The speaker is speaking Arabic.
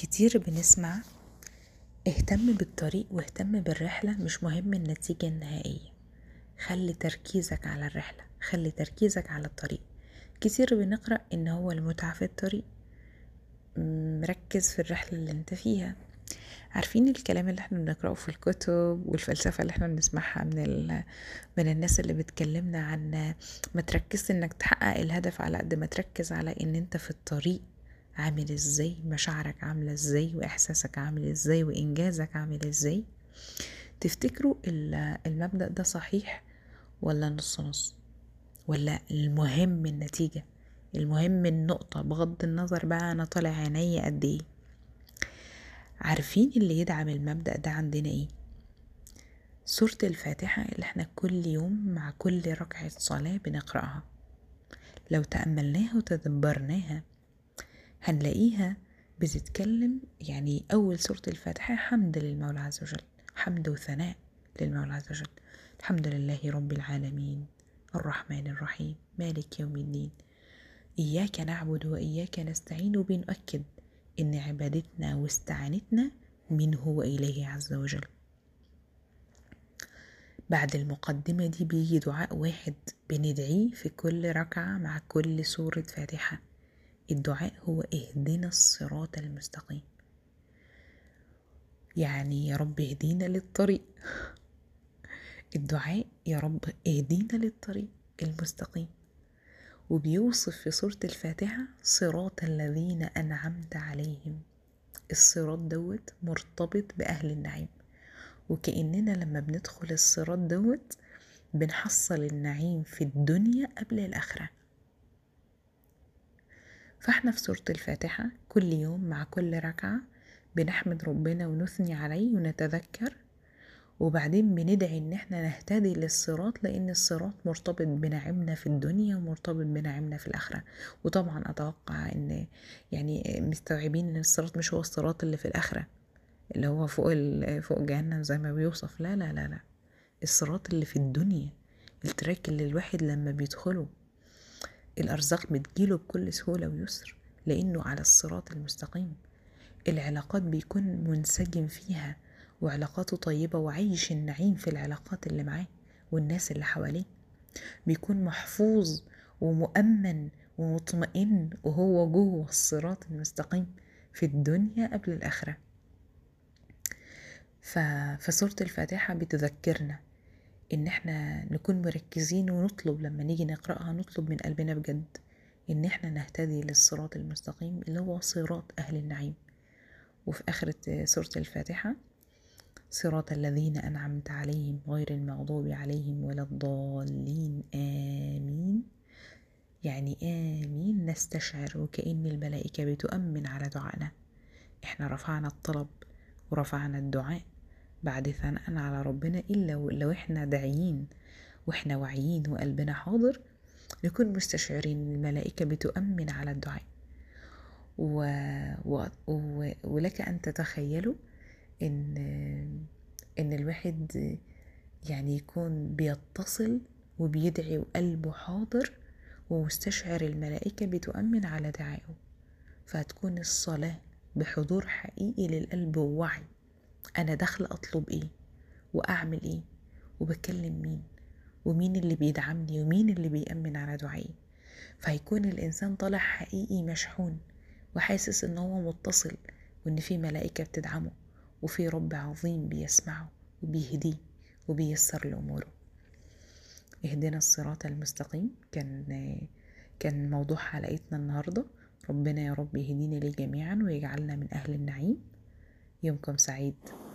كتير بنسمع اهتم بالطريق واهتم بالرحلة، مش مهم النتيجة النهائية. خلي تركيزك على الرحلة، خلي تركيزك على الطريق. كتير بنقرأ ان هو المتعة في الطريق، مركز في الرحلة اللي انت فيها. عارفين الكلام اللي احنا بنقرأه في الكتب والفلسفة اللي احنا بنسمعها من الناس اللي بتكلمنا عن ما تركز انك تحقق الهدف على قد ما تركز على ان انت في الطريق عامل ازاي، مشاعرك عاملة ازاي، واحساسك عامل ازاي، وانجازك عامل ازاي. تفتكروا المبدأ ده صحيح ولا نص نص؟ ولا المهم النتيجة، المهم النقطة، بغض النظر بقى انا طالع عيني قد ايه؟ عارفين اللي يدعم المبدأ ده عندنا ايه؟ سورة الفاتحة اللي احنا كل يوم مع كل ركعة صلاة بنقرأها. لو تأملناها وتدبرناها هنلاقيها بتتكلم، يعني أول سورة الفاتحة حمد للمولى عز وجل، حمد وثناء للمولى عز وجل. الحمد لله رب العالمين الرحمن الرحيم مالك يوم الدين إياك نعبد وإياك نستعين، وبنؤكد إن عبادتنا واستعانتنا منه وإليه عز وجل. بعد المقدمة دي بيجي دعاء واحد بندعيه في كل ركعة مع كل سورة فاتحة. الدعاء هو اهدنا الصراط المستقيم، يعني يا رب اهدينا للطريق. الدعاء يا رب اهدينا للطريق المستقيم. وبيوصف في سورة الفاتحة صراط الذين أنعمت عليهم. الصراط دوت مرتبط بأهل النعيم، وكأننا لما بندخل الصراط دوت بنحصل النعيم في الدنيا قبل الآخرة. فاحنا في سورة الفاتحة كل يوم مع كل ركعة بنحمد ربنا ونثني عليه ونتذكر، وبعدين بندعي ان احنا نهتدي للصراط، لان الصراط مرتبط بنعمنا في الدنيا ومرتبط بنعمنا في الآخرة. وطبعا اتوقع ان يعني مستوعبين ان الصراط مش هو الصراط اللي في الآخرة اللي هو فوق جهنم زي ما بيوصف. لا لا لا لا، الصراط اللي في الدنيا، التراك اللي الواحد لما بيدخله الأرزاق بتجيله بكل سهولة ويسر، لأنه على الصراط المستقيم. العلاقات بيكون منسجم فيها وعلاقاته طيبة، وعايش النعيم في العلاقات اللي معاه والناس اللي حواليه. بيكون محفوظ ومؤمن ومطمئن وهو جوه الصراط المستقيم في الدنيا قبل الآخرة. فسورة الفاتحة بتذكرنا ان احنا نكون مركزين، ونطلب لما نيجي نقرأها نطلب من قلبنا بجد ان احنا نهتدي للصراط المستقيم اللي هو صراط اهل النعيم. وفي اخرة سورة الفاتحة صراط الذين انعمت عليهم غير المغضوب عليهم ولا الضالين آمين. يعني آمين نستشعر وكأن الملائكة بتؤمن على دعائنا. احنا رفعنا الطلب ورفعنا الدعاء بعد ثناء على ربنا، إلا لو احنا داعيين واحنا واعيين وقلبنا حاضر نكون مستشعرين الملائكة بتؤمن على الدعاء. ولك أن تتخيلوا إن الواحد يعني يكون بيتصل وبيدعي وقلبه حاضر ومستشعر الملائكة بتؤمن على دعائه، فهتكون الصلاة بحضور حقيقي للقلب ووعي. أنا داخلة أطلب إيه وأعمل إيه وبكلم مين ومين اللي بيدعمني ومين اللي بيأمن على دعائي. فهيكون الإنسان طالع حقيقي مشحون وحاسس إن هو متصل، وإن في ملائكة بتدعمه وفي رب عظيم بيسمعه وبيهديه وبيسر لأموره. اهدنا الصراط المستقيم كان موضوع حلقتنا النهاردة. ربنا يا رب يهدينا ليه جميعا ويجعلنا من أهل النعيم. يومكم سعيد.